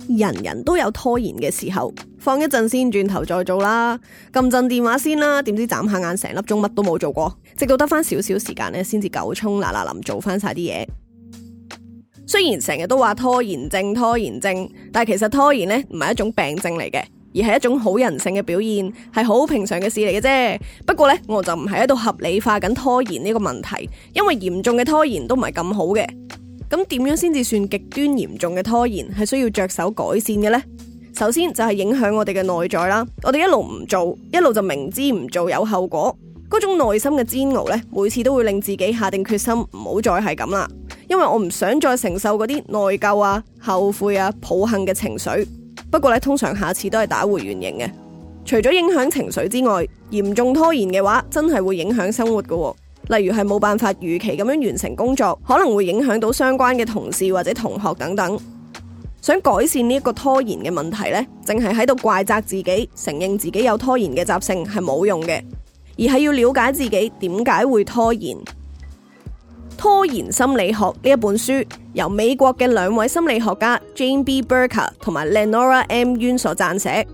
人人都有拖延嘅時候，放一陣先，轉頭再做啦，撳陣電話先啦，點知眨下眼成粒鐘乜都冇做過，直到得翻少少時間咧，先至夠衝嗱臨做翻晒啲嘢。雖然成日都話拖延症，但係其實拖延咧唔係一種病症嚟嘅，而係一種好人性嘅表現，係好平常嘅事嚟嘅啫。不過咧，我就唔係喺度合理化緊拖延呢個問題，因為嚴重嘅拖延都唔係咁好嘅。咁點樣先至算極端嚴重嘅拖延，係需要着手改善嘅呢？首先就係影響我哋嘅內在啦，我哋一路唔做，一路就明知唔做有後果，嗰種內心嘅煎熬呢，每次都會令自己下定決心唔好再係咁啦，因為我唔想再承受嗰啲內疚啊、後悔啊、抱恨嘅情緒。不過咧，通常下次都係打回原形嘅。除咗影響情緒之外，嚴重拖延嘅話，真係會影響生活㗎。例如係冇辦法如期咁樣完成工作，可能會影響到相關嘅同事或者同學等等。想改善呢一個拖延嘅問題呢，淨係喺度怪責自己，承認自己有拖延嘅習性係冇用嘅，而係要了解自己點解會拖延。拖延心理學呢一本書由美國嘅兩位心理學家 Jane B. Berker 同埋 Lenora M. Yun 所撰寫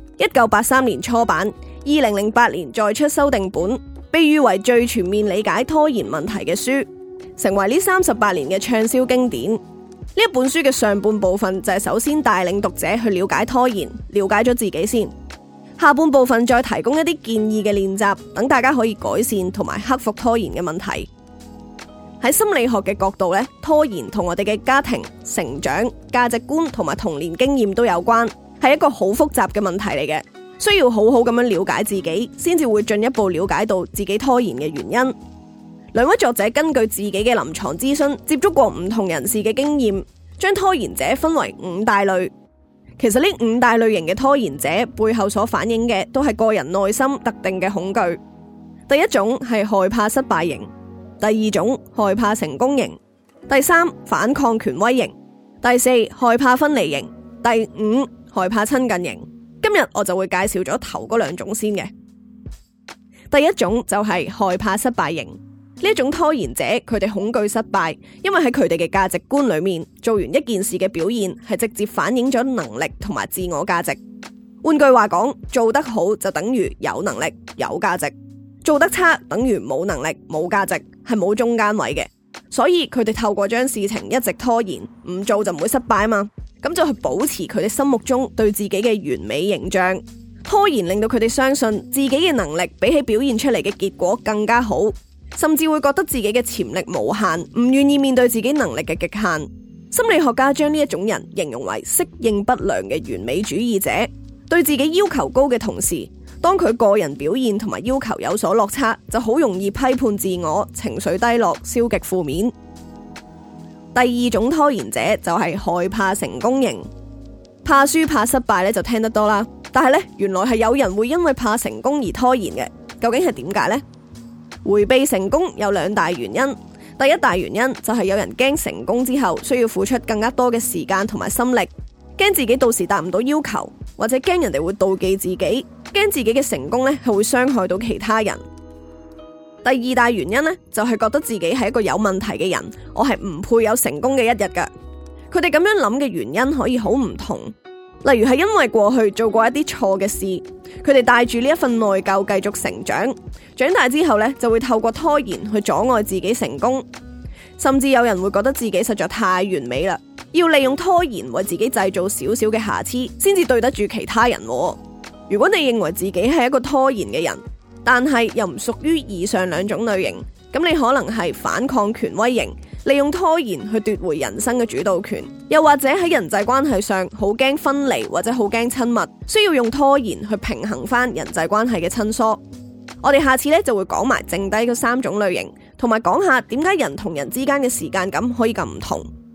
，1983年初版，2008年再出修訂本，被譽為最全面理解拖延問題嘅書，成為呢38年嘅暢銷經典。呢一本書嘅上半部分就係首先帶領讀者去了解拖延，了解咗自己先。下半部分再提供一啲建議嘅練習，等大家可以改善同埋克服拖延嘅問題。喺心理學嘅角度咧，拖延同我哋嘅家庭、成長、價值觀同埋童年經驗都有關，係一個好複雜嘅問題嚟嘅，需要好好咁樣了解自己，先至會進一步了解到自己拖延嘅原因。兩位作者根據自己嘅臨床諮詢，接觸過唔同人士嘅經驗，將拖延者分為5大類。其實呢5大類型嘅拖延者背後所反映嘅都係個人內心特定嘅恐懼。第一種係害怕失敗型，第二種害怕成功型，第三反抗權威型，第四害怕分離型，第五害怕親近型。今日我就會介紹咗頭嗰2種先嘅。第一種就係害怕失敗型。呢一種拖延者，佢哋恐懼失敗，因為喺佢哋嘅價值觀裏面，做完一件事嘅表現係直接反映咗能力同埋自我價值。換句話講，做得好就等於有能力、有價值；做得差等於冇能力、冇價值，係冇中間位嘅。所以佢哋透過將事情一直拖延，唔做就唔會失敗嘛。咁就去保持佢哋心目中對自己嘅完美形象。拖延令到佢哋相信自己嘅能力比起表現出嚟嘅結果更加好。甚至會覺得自己嘅潛力無限，唔願意面對自己能力嘅極限。心理學家將呢一種人形容為適應不良嘅完美主義者，對自己要求高嘅同時，當佢個人表現同埋要求有所落差，就好容易批判自我，情緒低落，消極負面。第二種拖延者就係害怕成功型，怕輸怕失敗咧就聽得多啦，但係咧原來係有人會因為怕成功而拖延嘅，究竟係點解呢？回避成功有2大原因。第一大原因就係有人驚成功之後需要付出更加多嘅時間同埋心力，驚自己到時達唔到要求，或者驚人哋會妒忌自己，驚自己嘅成功咧係會傷害到其他人。第二大原因咧就係覺得自己係一個有問題嘅人，我係唔配有成功嘅一日噶。佢哋咁樣諗嘅原因可以好唔同。例如係因為過去做過一啲錯嘅事，佢哋帶住呢一份內疚繼續成長，長大之後呢，就會透過拖延去阻礙自己成功。甚至有人會覺得自己實在太完美啦，要利用拖延為自己製造少少嘅瑕疵，先至對得住其他人。如果你認為自己係一個拖延嘅人，但係又唔屬於以上2種類型，咁你可能係反抗權威型，利用拖延去奪回人生嘅主導權，又或者喺人際關係上好驚分離或者好驚親密，需要用拖延去平衡翻人際關係嘅親疏。我哋下次咧就會講埋剩低嗰3種類型，同埋講下點解人同人之間嘅時間感可以咁唔同。